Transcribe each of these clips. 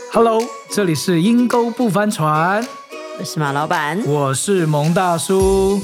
Hello， 这里是阴沟不帆船， 我是马老板， 我是蒙大叔。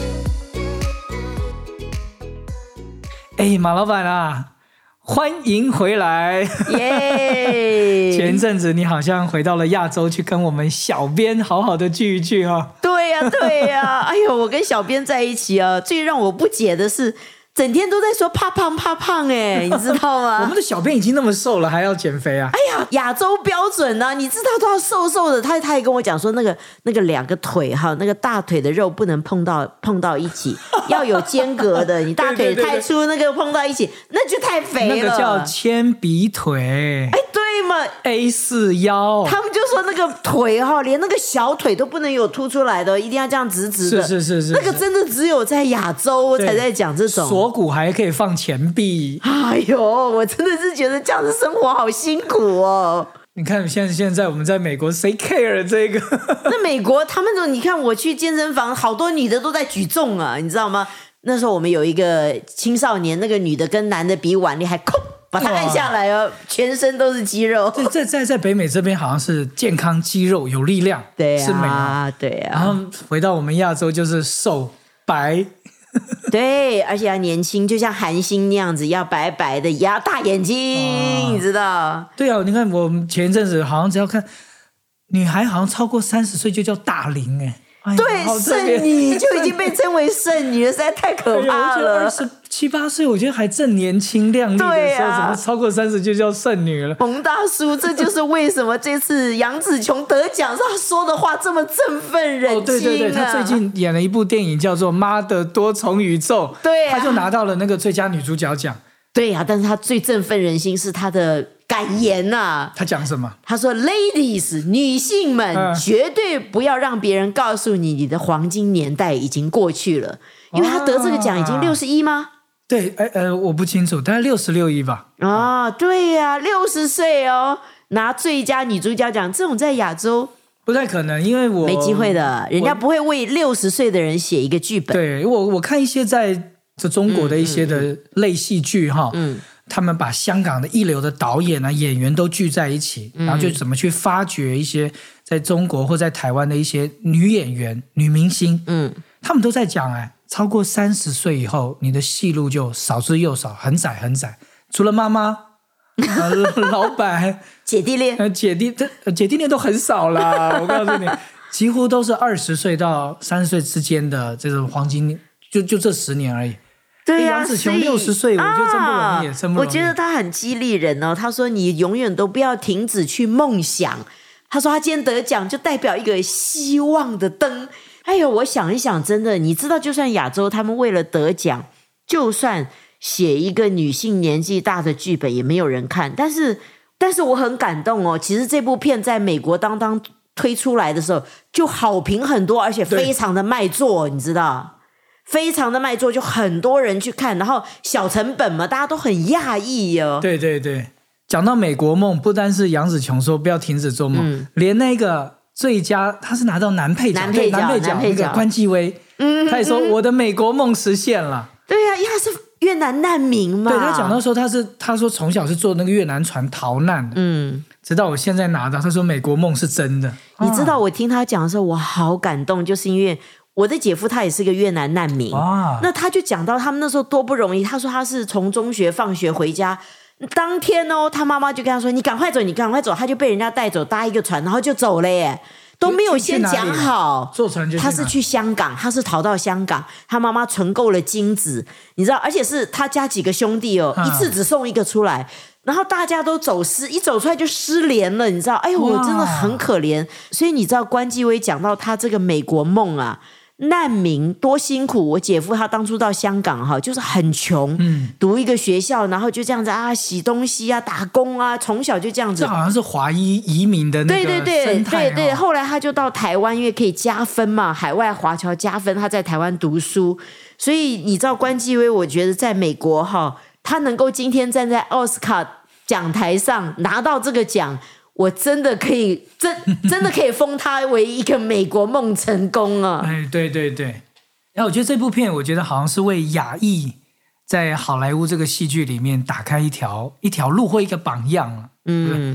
马老板啊，欢迎回来！ 耶！ 前一阵子你好像回到了亚洲去跟我们小编好好的聚一聚哦。 对呀，对呀！哎呦，我跟小编在一起啊，最让我不解的是，整天都在说怕胖怕胖，你知道吗？ 我们的小编已经那么瘦了，还要减肥啊？ 哎呀，亚洲标准啊，你知道都要瘦瘦的。他也跟我讲说，那个两个腿哈，那个大腿的肉不能碰到一起，要有间隔的。你大腿太粗，那个碰到一起，那就太肥了。 那个叫铅笔腿。 对嘛 ，A4 腰。 他们就说那个腿哈，连那个小腿都不能有凸出来的，一定要这样直直的。 是， 那个真的只有在亚洲才在讲这种。 锁骨还可以放钱币。 哎呦，我真的是觉得这样的生活好辛苦哦。 你看现在我们在美国，谁 care 这个？ 那美国他们你看我去健身房，好多女的都在举重啊，你知道吗？那时候我们有一个青少年，那个女的跟男的比腕力还扣。把它按下来哦，全身都是肌肉。 对，在北美这边好像是健康肌肉有力量， 对啊， 是美啊， 对啊。 然后回到我们亚洲就是瘦白， 对，而且要年轻，就像韩星那样子，要白白的，要大眼睛，你知道？ 对啊，你看我们前一阵子好像只要看女孩，好像超过30岁就叫大龄对，剩女就已经被称为剩女了，实在太可怕了。 27、8岁，我觉得还正年轻靓丽的时候，怎么超过30就叫剩女了？ 蒙大叔，这就是为什么这次杨紫琼得奖，他说的话这么振奋人心对，他最近演了一部电影叫做《妈的多重宇宙》， 对啊， 他就拿到了那个最佳女主角奖。 对啊，但是他最振奋人心是他的感言啊。 他讲什么？他说 ：“Ladies， 女性们，绝对不要让别人告诉你的黄金年代已经过去了，因为他得这个奖已经61吗？ 对，我不清楚，大概66亿吧。 对呀，60岁哦，拿最佳女主角奖，这种在亚洲不太可能，因为我没机会的，人家不会为60岁的人写一个剧本。 对，我看一些在中国的一些的类戏剧他们把香港的一流的导演啊、演员都聚在一起，然后就怎么去发掘一些在中国或在台湾的一些女演员、女明星，他们都在讲超过30岁以后，你的戏路就少之又少，很窄很窄。除了妈妈、老板、 姐弟恋、 姐弟恋都很少啦。我告诉你，几乎都是20岁到30岁之间的这种黄金，就这10年而已。 对呀， 杨紫琼60岁，我觉得真不容易，真不容易。 我觉得他很激励人哦。他说：“你永远都不要停止去梦想。”他说：“他今天得奖，就代表一个希望的灯。”哎呦，我想一想，真的，你知道，就算亚洲他们为了得奖，就算写一个女性年纪大的剧本，也没有人看。但是我很感动哦。其实这部片在美国当推出来的时候，就好评很多，而且非常的卖座，你知道。非常的卖座，就很多人去看，然后小成本嘛，大家都很讶异哦。 对，讲到美国梦，不单是杨紫琼说不要停止做梦，连那个最佳他是拿到男配角那个关继威，他也说我的美国梦实现了。 对呀，因为他是越南难民嘛。 对，他讲到说他说从小是坐那个越南船逃难的，直到我现在拿到，他说美国梦是真的。 你知道我听他讲的时候，我好感动，就是因为我的姐夫他也是个越南难民，那他就讲到他们那时候多不容易。他说他是从中学放学回家，当天他妈妈就跟他说：“你赶快走，你赶快走。”他就被人家带走，搭一个船，然后就走了耶，都没有先讲好。 坐船就他是去香港，他是逃到香港，他妈妈存够了金子，你知道，而且是他家几个兄弟一次只送一个出来。然后大家都走失，一走出来就失联了，你知道？哎呦，我真的很可怜。所以你知道关继威讲到他这个美国梦啊，难民多辛苦。我姐夫他当初到香港就是很穷，读一个学校，然后就这样子洗东西打工从小就这样子。 这好像是华裔移民的那个生态。 对，后来他就到台湾，因为可以加分嘛，海外华侨加分，他在台湾读书。所以你知道关继威，我觉得在美国他能够今天站在奥斯卡讲台上拿到这个奖，我真的可以真的可以封他为一个美国梦成功啊！ 对。然后我觉得这部片，我觉得好像是为亚裔在好莱坞这个戏剧里面打开一条路或一个榜样。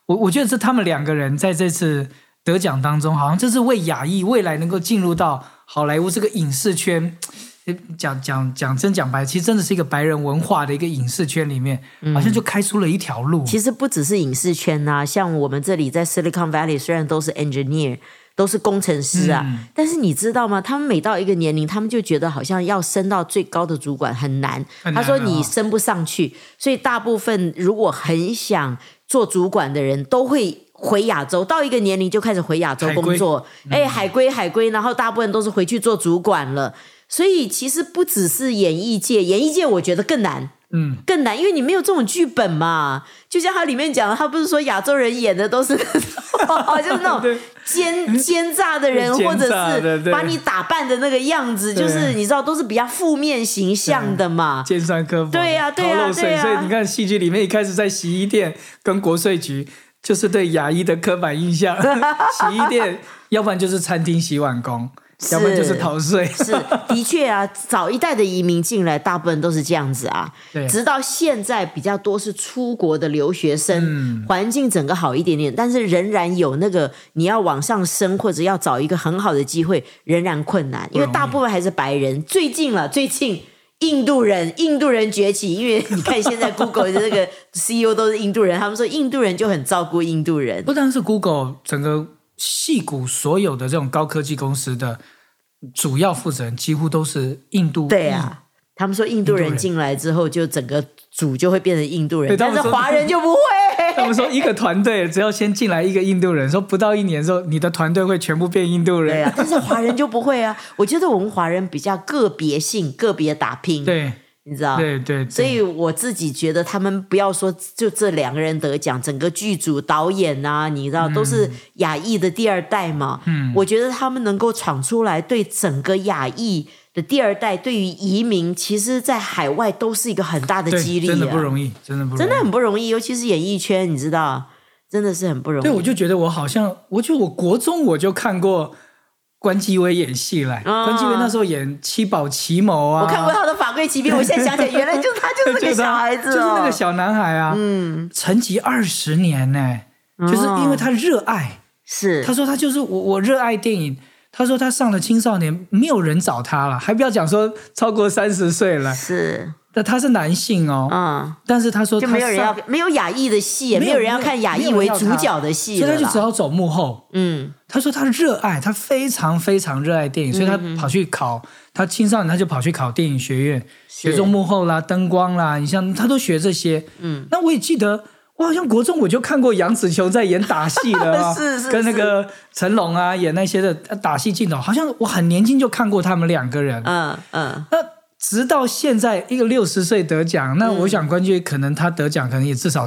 我觉得是他们两个人在这次得奖当中，好像这是为亚裔未来能够进入到好莱坞这个影视圈，讲白，其实真的是一个白人文化的一个影视圈里面，好像就开出了一条路。 其实不只是影视圈啊，像我们这里在 Silicon Valley 虽然都是 engineer， 都是工程师啊，但是你知道吗？他们每到一个年龄，他们就觉得好像要升到最高的主管很难。他说你升不上去，所以大部分如果很想做主管的人都会回亚洲，到一个年龄就开始回亚洲工作。海归，然后大部分都是回去做主管了。所以其实不只是演艺界我觉得更难。更难，因为你没有这种剧本嘛。就像他里面讲的，他不是说亚洲人演的都是就是那种奸诈的人，或者是把你打扮的那个样子，就是你知道都是比较负面形象的嘛， 尖酸刻薄， 对呀， 逃漏税。所以你看戏剧里面一开始在洗衣店跟国税局，就是对亚裔的刻板印象。洗衣店要不然就是餐厅洗碗工，要不然就是逃税。 是，的确啊，早一代的移民进来大部分都是这样子啊。直到现在比较多是出国的留学生，环境整个好一点点，但是仍然有那个你要往上升或者要找一个很好的机会仍然困难，因为大部分还是白人。最近印度人崛起，因为你看现在 Google 的这个 CEO 都是印度人，他们说印度人就很照顾印度人。 不单是 Google， 整个矽谷所有的这种高科技公司的主要负责人几乎都是印度。 对啊，他们说印度人进来之后，就整个组就会变成印度人，但是华人就不会。 他们说一个团队只要先进来一个印度人，说不到1年之后，你的团队会全部变印度人。 对啊，但是华人就不会啊。我觉得我们华人比较个别性、个别打拼。 对。 你知道， 对， 所以我自己觉得他们不要说就这2个人得奖，整个剧组导演啊，你知道都是亚裔的第2代嘛。我觉得他们能够闯出来，对整个亚裔的第2代，对于移民，其实在海外都是一个很大的激励。 真的不容易，真的很不容易，尤其是演艺圈，你知道，真的是很不容易。 对，我就觉得我国中我就看过关继威演戏来，关继威那时候演七宝奇谋啊， 我看过他的《法柜奇兵》，我现在想起来，原来就是他，就是那个小孩子， 就是那个小男孩啊，沉寂20年呢，就是因为他热爱。 是， 他说他就是我热爱电影。他说他上了青少年，没有人找他了，还不要讲说超过30岁了。 是。 但他是男性哦，但是他说就没有亚裔的戏，也没有人要看亚裔为主角的戏了， 所以他就只好走幕后。他说他热爱，他非常非常热爱电影，所以他跑去考，他青少年他就跑去考电影学院，学做幕后啦、灯光啦，你像他都学这些。那我也记得，我好像国中我就看过杨紫琼在演打戏了是跟那个成龙啊演那些的打戏镜头，好像我很年轻就看过他们2个人。那直到现在一个60岁得奖，那我想关键可能他得奖可能也至少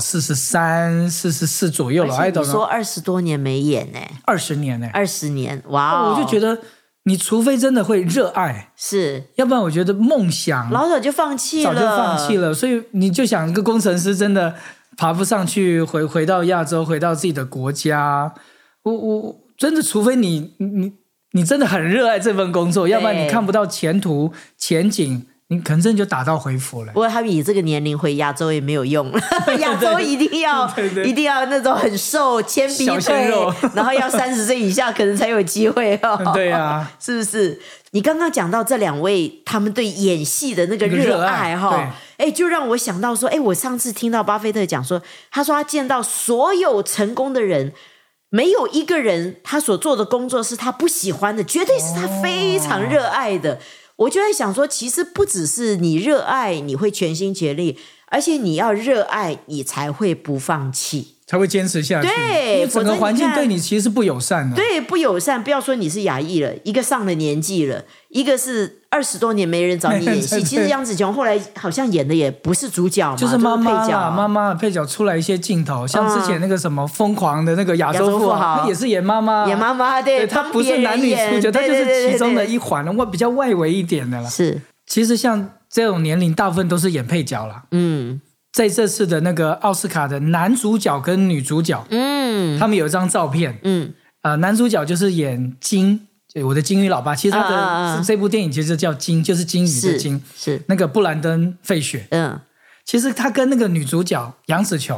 43、44左右了。 而且你说20多年没演 20年 20年，哇！ 我就觉得你除非真的会热爱， 是， 要不然我觉得梦想老早就放弃了， 所以你就想一个工程师真的爬不上去，回到亚洲，回到自己的国家，我真的除非你真的很热爱这份工作，要不然你看不到前途前景，你可能真的就打道回府了。 不过他们以这个年龄回亚洲也没有用，亚洲一定要那种很瘦铅笔腿，然后要30岁以下可能才有机会哦。 对啊， 是不是？你刚刚讲到这2位他们对演戏的那个热爱哈，就让我想到说，我上次听到巴菲特讲说，他说他见到所有成功的人，没有一个人他所做的工作是他不喜欢的，绝对是他非常热爱的。我就在想说，其实不只是你热爱你会全心全力，而且你要热爱你才会不放弃， 才会坚持下去。 对， 整个环境对你其实是不友善的。 对，不友善。不要说你是亚裔了，一个上了年纪了，一个是20多年没人找你演戏。其实杨紫琼后来好像演的也不是主角嘛， 就是妈妈配角出来一些镜头，像之前那个什么疯狂的那个亚洲富豪，他也是演妈妈，对，他不是男女主角，他就是其中的一环，比较外围一点的了。 是， 其实像这种年龄，大部分都是演配角了。在这次的那个奥斯卡的男主角跟女主角，他们有一张照片，男主角就是演金，我的金鱼老爸，其实他的这部电影其实叫金，就是金鱼的金， 是那个布兰登·费雪。其实他跟那个女主角杨紫琼，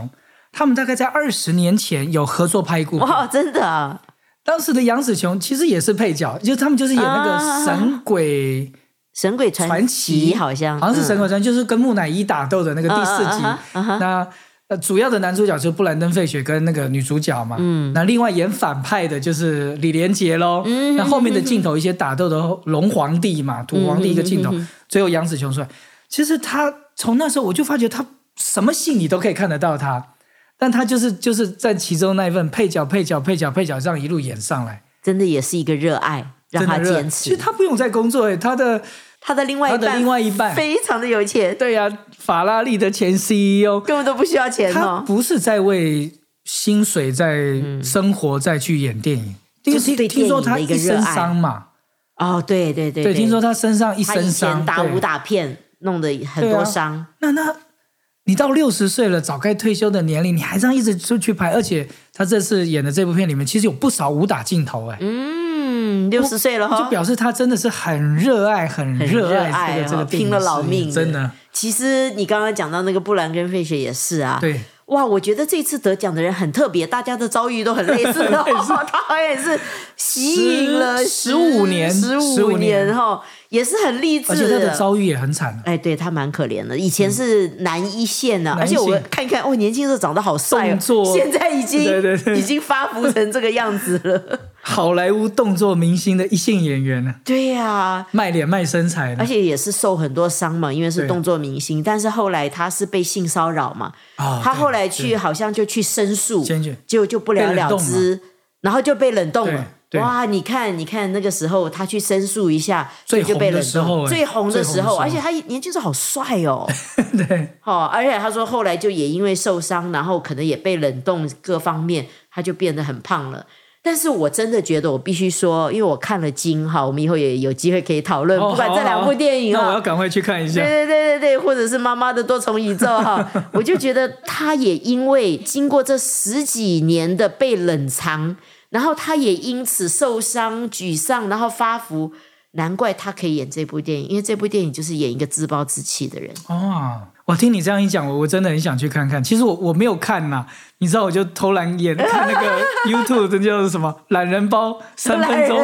他们大概在20年前有合作拍过。 哇，真的啊！ 当时的杨紫琼其实也是配角，就他们就是演那个神鬼传奇， 好像是神鬼传奇，就是跟木乃伊打斗的那个第4集。那主要的男主角就是布兰登·费雪跟那个女主角嘛。那另外演反派的就是李连杰咯。那后面的镜头一些打斗的龙皇帝嘛，土皇帝一个镜头，最后杨紫琼出来。其实他从那时候我就发觉他什么戏你都可以看得到他。但他就是在其中那一份配角这样一路演上来， 真的也是一个热爱让他坚持。 其实他不用再工作，他的另外一半非常的有钱。 对啊，法拉利的前 CEO 根本都不需要钱他不是在为薪水在生活再去演电影。听说他一身伤嘛。 哦，对， 听说他身上一身伤， 他以前打武打片弄得很多伤。 那你到60岁了，早该退休的年龄，你还这样一直出去拍，而且他这次演的这部片里面，其实有不少武打镜头 ，60岁了就表示他真的是很热爱这个电影， 拼了老命， 真的。 其实你刚刚讲到那个布兰根·费雪也是啊， 对。 哇，我觉得这次得奖的人很特别，大家的遭遇都很类似他好像也是吸引了15年也是很励志的， 而且他的遭遇也很惨。 对，他蛮可怜的，以前是男一线的，而且我看一看，年轻时候长得好帅现在已经发福成这个样子了。 好莱坞动作明星的一线演员呢？ 对呀， 卖脸卖身材， 而且也是受很多伤嘛，因为是动作明星。但是后来他是被性骚扰嘛，他后来好像就去申诉，就不了了之，然后就被冷冻了。哇，你看那个时候他去申诉一下，所以就被冷冻。最红的时候，而且他年轻时候好帅哦。 对， 而且他说后来就也因为受伤，然后可能也被冷冻，各方面他就变得很胖了。但是我真的觉得我必须说，因为我看了金我们以后也有机会可以讨论，不管这2部电影那我要赶快去看一下。 对，或者是妈妈的多重宇宙我就觉得他也因为经过这10几年的被冷藏，然后他也因此受伤沮丧，然后发福，难怪他可以演这部电影，因为这部电影就是演一个自暴自弃的人。 我听你这样一讲，我真的很想去看看。其实我没有看呐，你知道，我就偷懒看那个 YouTube 的叫什么懒人包，3分钟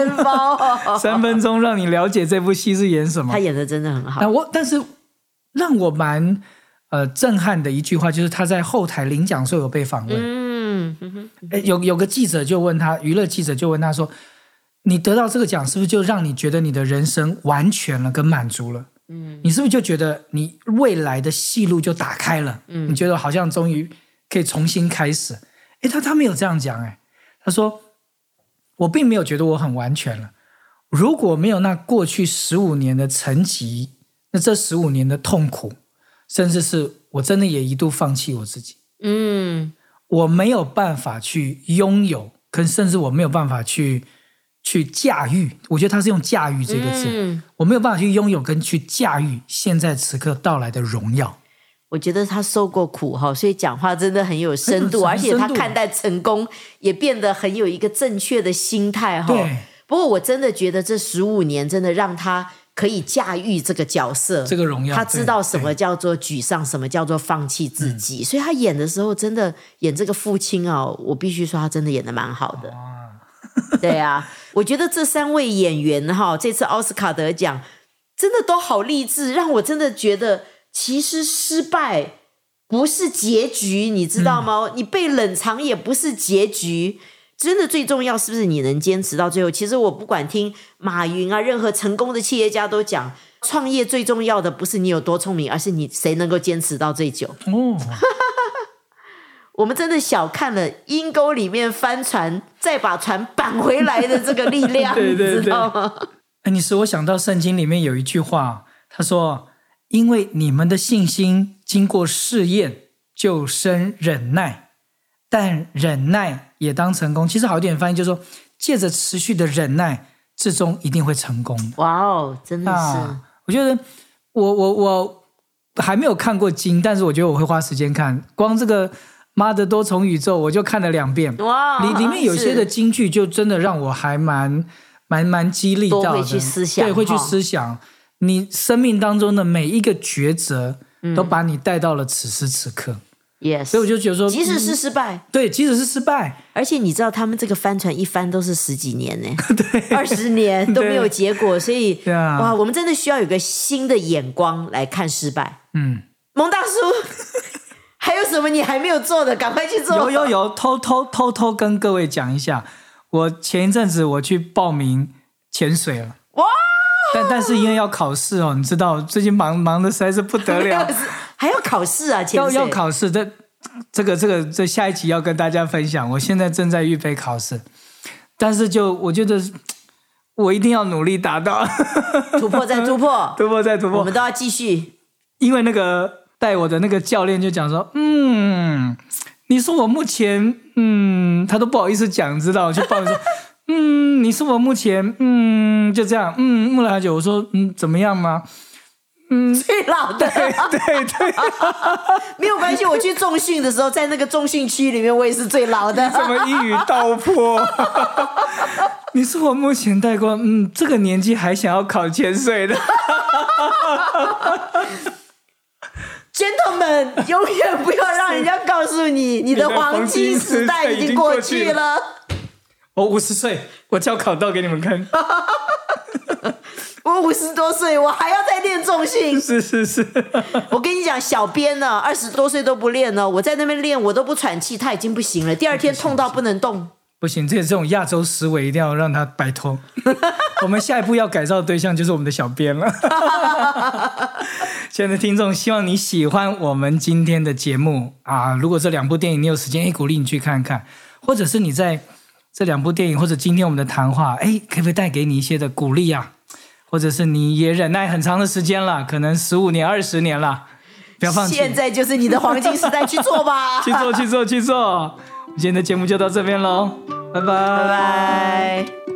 ，3分钟让你了解这部戏是演什么。 他演的真的很好。 但是让我蛮震撼的一句话，就是他在后台领奖的时候有被访问。有个记者就问他，娱乐记者就问他说：“你得到这个奖，是不是就让你觉得你的人生完全了，跟满足了？你是不是就觉得你未来的戏路就打开了？你觉得好像终于可以重新开始？”他没有这样讲。他说：“我并没有觉得我很完全了。如果没有那过去15年的沉寂，那这15年的痛苦，甚至是我真的也一度放弃我自己。我没有办法去拥有，甚至我没有办法去驾驭，我觉得他是用驾驭这个字，我没有办法去拥有跟去驾驭现在此刻到来的荣耀。” 我觉得他受过苦所以讲话真的很有深度，而且他看待成功也变得很有一个正确的心态。 对， 不过我真的觉得这15年真的让他可以驾驭这个角色， 这个荣耀， 他知道什么叫做沮丧，什么叫做放弃自己，所以他演的时候真的演这个父亲我必须说他真的演得蛮好的。对啊，我觉得这3位演员这次奥斯卡得奖真的都好励志，让我真的觉得其实失败不是结局，你知道吗？你被冷藏也不是结局，真的最重要是不是你能坚持到最后。其实我不管听马云任何成功的企业家都讲，创业最重要的不是你有多聪明，而是你谁能够坚持到最久。我们真的小看了阴沟里面翻船再把船扳回来的这个力量你知道吗？ 你使我想到圣经里面有一句话，他说：“因为你们的信心经过试验，就生忍耐，但忍耐也当成功。”其实好一点翻译就是说，借着持续的忍耐，最终一定会成功。 哇真的是我觉得我还没有看过经，但是我觉得我会花时间看。光这个妈的多重宇宙我就看了2遍。里面有些的金句就真的让我还蛮激励到的， 会去思想。 对，会去思想你生命当中的每一个抉择都把你带到了此时此刻。 Yes， 所以我就觉得说， 即使是失败， 对，即使是失败， 而且你知道他们这个帆船一翻都是10几年呢，对，20年都没有结果，所以哇，我们真的需要有个新的眼光来看失败。蒙大叔，还有什么你还没有做的？赶快去做！ 有，偷偷跟各位讲一下，我前一阵子我去报名潜水了，哇！但是因为要考试哦，你知道最近忙的实在是不得了， 还要考试啊，潜水要考试，这下一集要跟大家分享。我现在正在预备考试，但是我觉得我一定要努力达到， 突破再突破， 突破再突破， 我们都要继续。 因为那个带我的那个教练就讲说，你说我目前，他都不好意思讲，知道？我去报名说。你是我目前就这样木了好久，我说怎么样吗？ 最老的， 对， 没有关系。我去重训的时候，在那个重训区里面，我也是最老的。 你怎么一语道破？你是我目前带过这个年纪还想要考潜水的。 Gentlemen， 永远不要让人家告诉你，你的黄金时代已经过去了。 我50岁，我交考到给你们看。 我50多岁，我还要再练重训。 是。 我跟你讲，小编呢，20多岁都不练呢，我在那边练，我都不喘气，他已经不行了。第二天痛到不能动。 不行，这种亚洲思维一定要让他摆脱。我们下一步要改造的对象就是我们的小编了。亲爱的听众，希望你喜欢我们今天的节目啊！如果这2部电影你有时间，鼓励你去看看，或者是你在这2部电影或者今天我们的谈话，可不可以带给你一些的鼓励啊？或者是你也忍耐很长的时间了，可能15年、20年了，不要放弃。 现在就是你的黄金时代，去做吧！ 去做！今天的节目就到这边咯，拜拜。